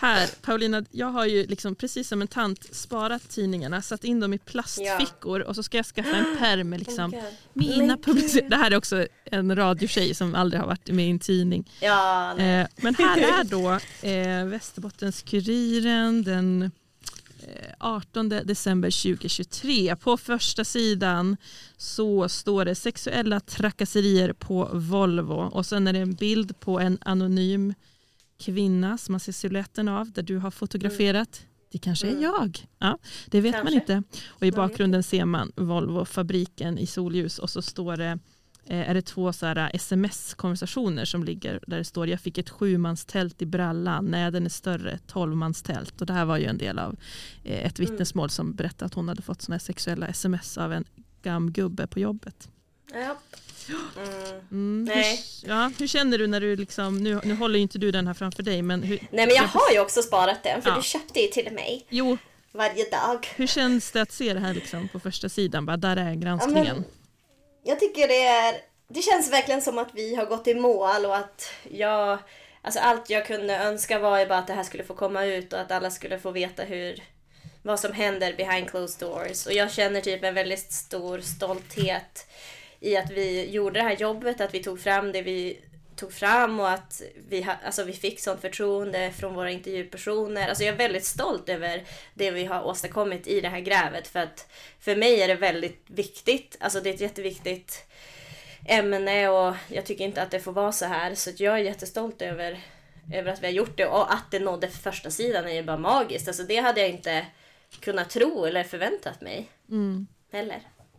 Här, Paulina, jag har ju liksom precis som en tant sparat tidningarna, satt in dem i plastfickor ja. och så ska jag skaffa en pärm med liksom oh mina publiceringar. Det här är också en radiotjej som aldrig har varit med i en tidning. Ja, eh, men här är då eh, Västerbottens-Kuriren den eh, artonde december tjugohundratjugotre. På första sidan så står det sexuella trakasserier på Volvo och sen är det en bild på en anonym kvinna som man ser siluetten av där du har fotograferat. Mm. Det kanske är jag. Ja, det vet kanske. man inte. Och i bakgrunden ser man Volvo-fabriken i solljus och så står det är det två så här sms-konversationer som ligger där det står jag fick ett sjumanstält i brallan. Nej, den är större, tolvmanstält. Och det här var ju en del av ett vittnesmål som berättade att hon hade fått såna här sexuella sms av en gamgubbe på jobbet. Ja. Mm. Mm. Nej. Hur, ja, hur känner du när du liksom, nu, nu håller ju inte du den här framför dig men hur, nej men jag, jag har ju också sparat den för ja. du köpte ju till mig jo. varje dag. Hur känns det att se det här liksom på första sidan? Bara, där är granskningen. Ja, men, jag tycker det är, det känns verkligen som att vi har gått i mål och att jag, alltså allt jag kunde önska var ju bara att det här skulle få komma ut och att alla skulle få veta hur, vad som händer behind closed doors. Och jag känner typ en väldigt stor stolthet i att vi gjorde det här jobbet, att vi tog fram det vi tog fram och att vi, ha, alltså vi fick sånt förtroende från våra intervjupersoner. Alltså jag är väldigt stolt över det vi har åstadkommit i det här grävet för att för mig är det väldigt viktigt. Alltså det är ett jätteviktigt ämne och jag tycker inte att det får vara så här. Så att jag är jättestolt över, över att vi har gjort det och att det nådde första sidan är ju bara magiskt. Alltså det hade jag inte kunnat tro eller förväntat mig. Mm. Heller.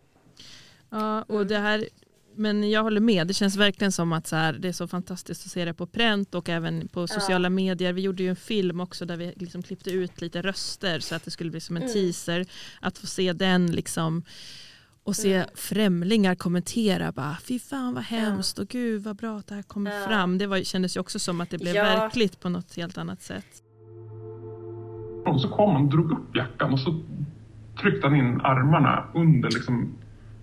Ja, och det här, men jag håller med. Det känns verkligen som att så här, det är så fantastiskt att se det på pränt och även på sociala ja. medier. Vi gjorde ju en film också där vi liksom klippte ut lite röster så att det skulle bli som en mm. teaser. Att få se den liksom och se mm. främlingar kommentera bara, fy fan vad hemskt ja. och gud vad bra att det här kommer ja. fram. Det var, kändes ju också som att det blev ja. verkligt på något helt annat sätt. Och så kom han, drog upp jackan och så tryckte han in armarna under liksom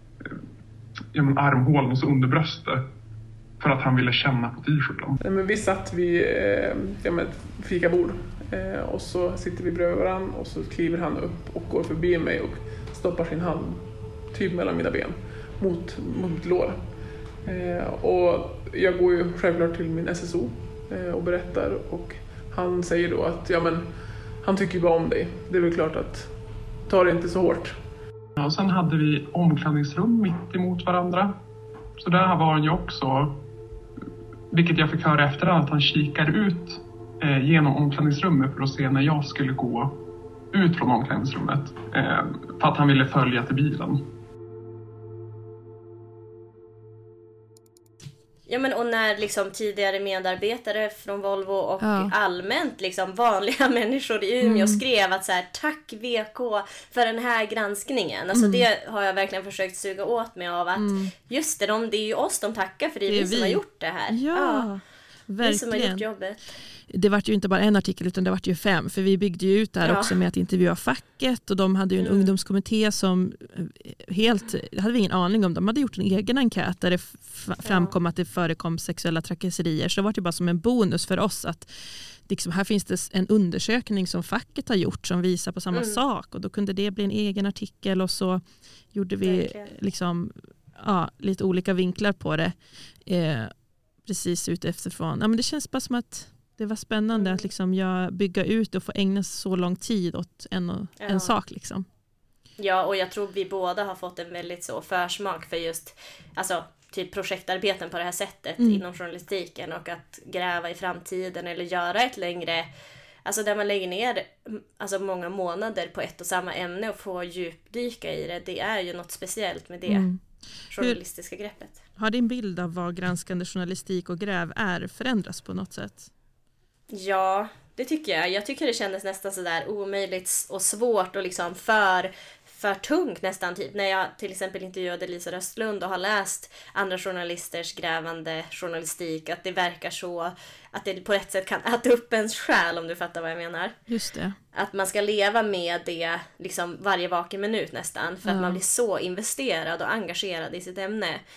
ja, men armhålen och så under bröstet för att han ville känna på t-shirten. Men vi satt vid eh, ja, ett fikabord eh, och så sitter vi bredvid varandra och så kliver han upp och går förbi mig och stoppar sin hand typ mellan mina ben mot, mot mitt lår. Eh, och jag går ju självklart till min S S O eh, och berättar och han säger då att ja, men, han tycker ju bara om dig. Det är väl klart att ta det inte så hårt. Ja, och sen hade vi omklädningsrum mitt emot varandra. Så där var han ju också, vilket jag fick höra efter att han kikade ut eh, genom omklädningsrummet för att se när jag skulle gå ut från omklädningsrummet. Eh, för att han ville följa till bilen. Ja, men och när liksom tidigare medarbetare från Volvo och ja. allmänt liksom vanliga människor i Umeå mm. skrev att så här, tack V K för den här granskningen. Alltså mm. det har jag verkligen försökt suga åt mig av att mm. just det, de, det är ju oss de tackar för det är, det är vi som vi. har gjort det här. Ja, ja. Verkligen. Vi som har gjort jobbet. Det var ju inte bara en artikel utan det var ju fem. För vi byggde ju ut det här ja. också med att intervjua facket. Och de hade ju en mm. ungdomskommitté som helt, det hade vi ingen aning om. De hade gjort en egen enkät där det f- framkom ja. att det förekom sexuella trakasserier. Så det var ju bara som en bonus för oss att liksom, här finns det en undersökning som facket har gjort som visar på samma mm. sak. Och då kunde det bli en egen artikel och så gjorde vi liksom, ja, lite olika vinklar på det. Eh, precis ut efterifrån. Ja, men det känns bara som att det var spännande mm. att liksom jag bygga ut och få ägna så lång tid åt en, och, ja. en sak. Liksom. Ja, och jag tror vi båda har fått en väldigt så försmak för just alltså, typ projektarbeten på det här sättet mm. inom journalistiken och att gräva i framtiden eller göra ett längre, alltså där man lägger ner alltså många månader på ett och samma ämne och få djupdyka i det. Det är ju något speciellt med det mm. journalistiska Hur, greppet. Har din bild av vad granskande journalistik och gräv är förändrats på något sätt? Ja, det tycker jag. Jag tycker det kändes nästan sådär omöjligt och svårt och liksom för, för tungt nästan. Typ. När jag till exempel intervjuade Lisa Röstlund och har läst andra journalisters grävande journalistik. Att det verkar så att det på ett sätt kan äta upp ens själ om du fattar vad jag menar. Just det. Att man ska leva med det liksom varje vaken minut nästan. För ja. att man blir så investerad och engagerad i sitt ämne.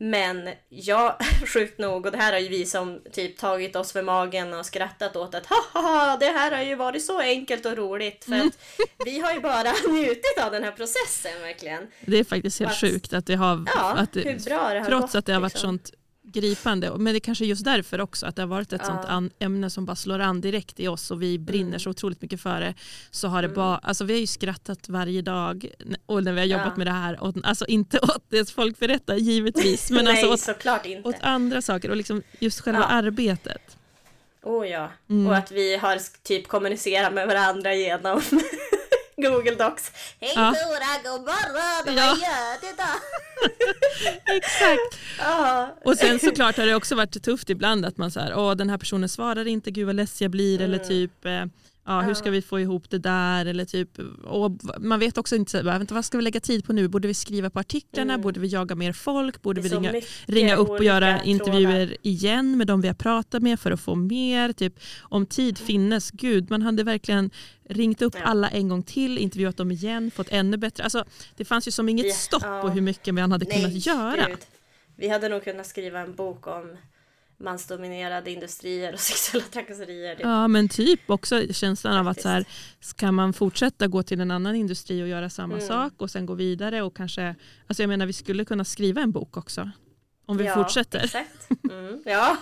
Men jag, sjukt nog, och det här har ju vi som typ tagit oss för magen och skrattat åt att haha, det här har ju varit så enkelt och roligt. För att vi har ju bara njutit av den här processen verkligen. Det är faktiskt helt att, sjukt att det har, ja, att det, hur bra det har trots gått, att det har varit liksom. sånt gripande. Men det är kanske just därför också att det har varit ett ja. sånt an- ämne som bara slår an direkt i oss och vi brinner mm. så otroligt mycket för det. Så har det mm. bara, alltså vi har ju skrattat varje dag och när vi har jobbat ja. med det här. Och, alltså inte åt det folk berättar givetvis. Men Nej, alltså åt, såklart inte. åt andra saker och liksom just själva ja. arbetet. Oh ja, mm. och att vi har typ kommunicerat med varandra genom Google Docs. Hej ja. Tora, god morgon, ja. vad gör du då? Exakt. Ja. Och sen såklart har det också varit tufft ibland att man så här, åh den här personen svarar inte, gud vad less jag blir mm. eller typ eh, ja, hur ska vi få ihop det där eller typ, och man vet också inte, vänta, vad ska vi lägga tid på nu, borde vi skriva på artiklarna, mm. borde vi jaga mer folk, borde vi ringa, ringa upp och göra intervjuer trådar. igen med de vi har pratat med för att få mer, typ om tid mm. finnes, gud man hade verkligen ringt upp ja. alla en gång till, intervjuat dem igen, fått ännu bättre, alltså det fanns ju som inget vi, stopp ja. på hur mycket man hade Nej, kunnat göra. Gud. Vi hade nog kunnat skriva en bok om mansdominerade industrier och sexuella trakasserier. Ja, men typ också känslan av att så här, ska man fortsätta gå till en annan industri och göra samma mm. sak och sen gå vidare och kanske, alltså jag menar vi skulle kunna skriva en bok också om vi ja, fortsätter. Exakt. Mm. Ja,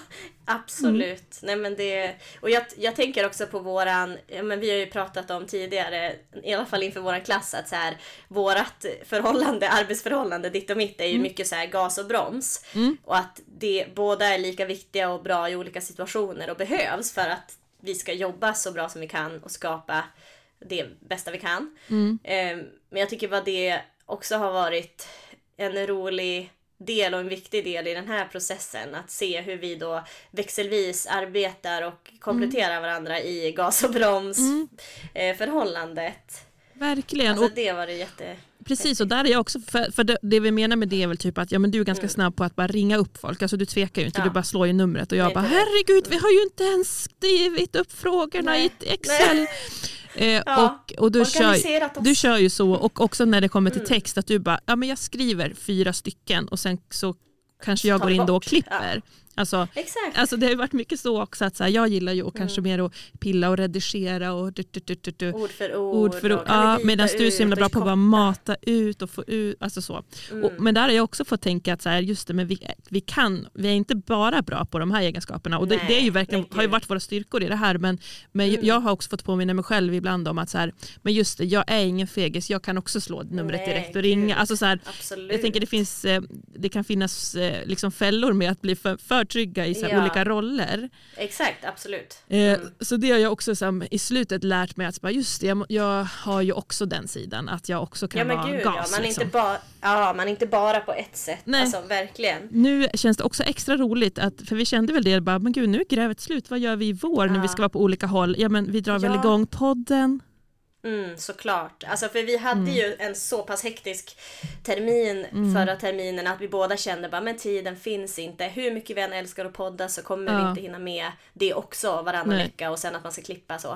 absolut. Mm. Nej, men det, och jag, jag tänker också på våran, ja, men vi har ju pratat om tidigare, i alla fall inför våran klass, att så här, vårat förhållande, arbetsförhållande, ditt och mitt är ju mm. mycket så här gas och broms. Mm. Och att det båda är lika viktiga och bra i olika situationer och behövs för att vi ska jobba så bra som vi kan och skapa det bästa vi kan. Mm. Um, men jag tycker vad det också har varit en rolig del och en viktig del i den här processen, att se hur vi då växelvis arbetar och kompletterar mm. varandra i gas och broms mm. eh, förhållandet. Verkligen. Alltså och det var det jätte... Precis, och där är jag också, för, för det, det vi menar med det är väl typ att ja, men du är ganska mm. snabb på att bara ringa upp folk, alltså du tvekar ju inte, ja. du bara slår ju numret och jag Nej, bara herregud, vi har ju inte ens skrivit upp frågorna Nej. i ett Excel. Eh, ja, och, och du, kör, du kör ju så, och också när det kommer till text att du bara, ja men jag skriver fyra stycken och sen så kanske jag går in då och klipper. Ja. Alltså, alltså det har varit mycket så också att så här, jag gillar ju och mm. kanske mer att pilla och redigera och du, du, du, du, du. ord för ord, ord, för ord. Ja, medan du är så himla bra på att bara mata ut och få ut, alltså så. Mm. Och, men där har jag också fått tänka att så här, just det, men vi, vi kan, vi är inte bara bra på de här egenskaperna och det, det är ju verkligen, har ju varit våra styrkor i det här, men, men mm. jag har också fått påminna mig själv ibland om att så här, men just det, jag är ingen fegis, jag kan också slå numret Nej, direkt och ringa, alltså så här, jag tänker det finns, det kan finnas liksom fällor med att bli för, för trygga i så här, ja. olika roller. Exakt, absolut. Mm. Eh, så det har jag också som, i slutet lärt mig att bara, just det, jag, jag har ju också den sidan, att jag också kan ja, vara gud, gas. Ja, man, är liksom. inte ba- ja, man är inte bara på ett sätt. Nej. Alltså, verkligen. Nu känns det också extra roligt, att, för vi kände väl det, bara, men gud, nu är grävet slut, vad gör vi i vår ja. när vi ska vara på olika håll? Ja, men vi drar ja. väl igång podden. Mm, såklart. Alltså för vi hade mm. ju en så pass hektisk termin mm. förra terminen att vi båda kände bara, men tiden finns inte. Hur mycket vi än älskar att podda så kommer ja. vi inte hinna med det också varannan Nej. vecka och sen att man ska klippa så.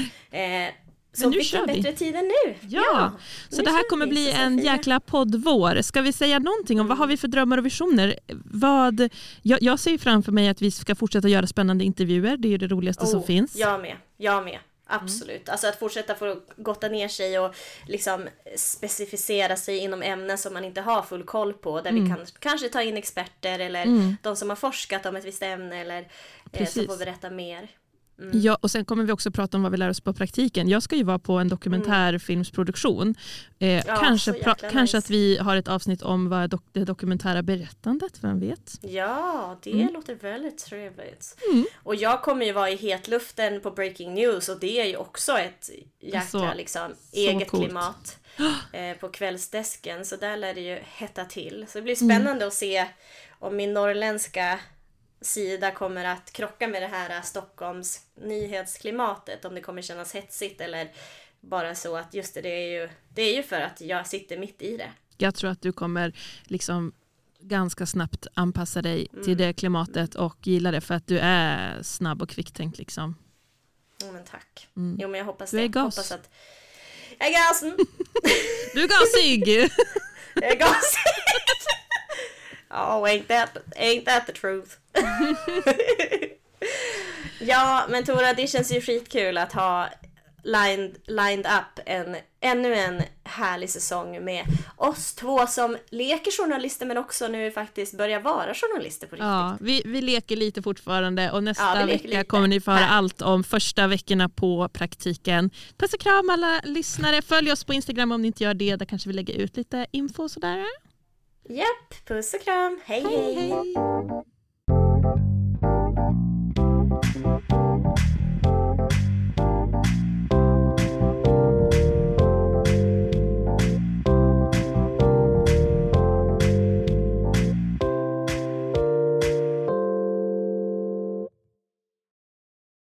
Eh, så vilka bättre tider nu. Ja, ja. Så det här kommer bli en jäkla poddvår. Ska vi säga någonting om mm. vad har vi för drömmar och visioner? Vad, jag, jag ser framför mig att vi ska fortsätta göra spännande intervjuer. Det är ju det roligaste oh, som finns. Jag med, jag med. Absolut, mm. alltså att fortsätta få gotta ner sig och liksom specificera sig inom ämnen som man inte har full koll på, där mm. vi kan kanske ta in experter eller mm. de som har forskat om ett visst ämne eller eh, som får berätta mer. Mm. Ja, och sen kommer vi också prata om vad vi lär oss på praktiken. Jag ska ju vara på en dokumentärfilmsproduktion. Eh, ja, kanske pra- nice. kanske att vi har ett avsnitt om vad dok- det dokumentära berättandet, vem vet? Ja, det mm. låter väldigt trevligt. Mm. Och jag kommer ju vara i hetluften på Breaking News, och det är ju också ett jäkla så, liksom, eget coolt. klimat eh, på kvällsdesken. Så där lär det ju hetta till. Så det blir spännande mm. att se om min norrländska sida kommer att krocka med det här Stockholms nyhetsklimatet, om det kommer kännas hetsigt eller bara så att just det, det är ju, det är ju för att jag sitter mitt i det. Jag tror att du kommer liksom ganska snabbt anpassa dig mm. till det klimatet och gilla det, för att du är snabb och kvicktänkt liksom. Ja, men tack. Mm. Jo, men jag hoppas du är det. Gas. Hoppas att jag är gasen. Du är gasig. Jag är gasig. Oh, ain't that, ain't that the truth? Ja, men Tora, det känns ju skitkul att ha lined, lined up en, ännu en härlig säsong med oss två som leker journalister men också nu faktiskt börjar vara journalister på riktigt. Ja, vi, vi leker lite fortfarande och nästa ja, vecka kommer ni få höra allt om första veckorna på praktiken. Puss och kram alla lyssnare. Följ oss på Instagram om ni inte gör det. Där kanske vi lägger ut lite info och sådär. Japp, puss och kram. Hej, hej. hej. hej.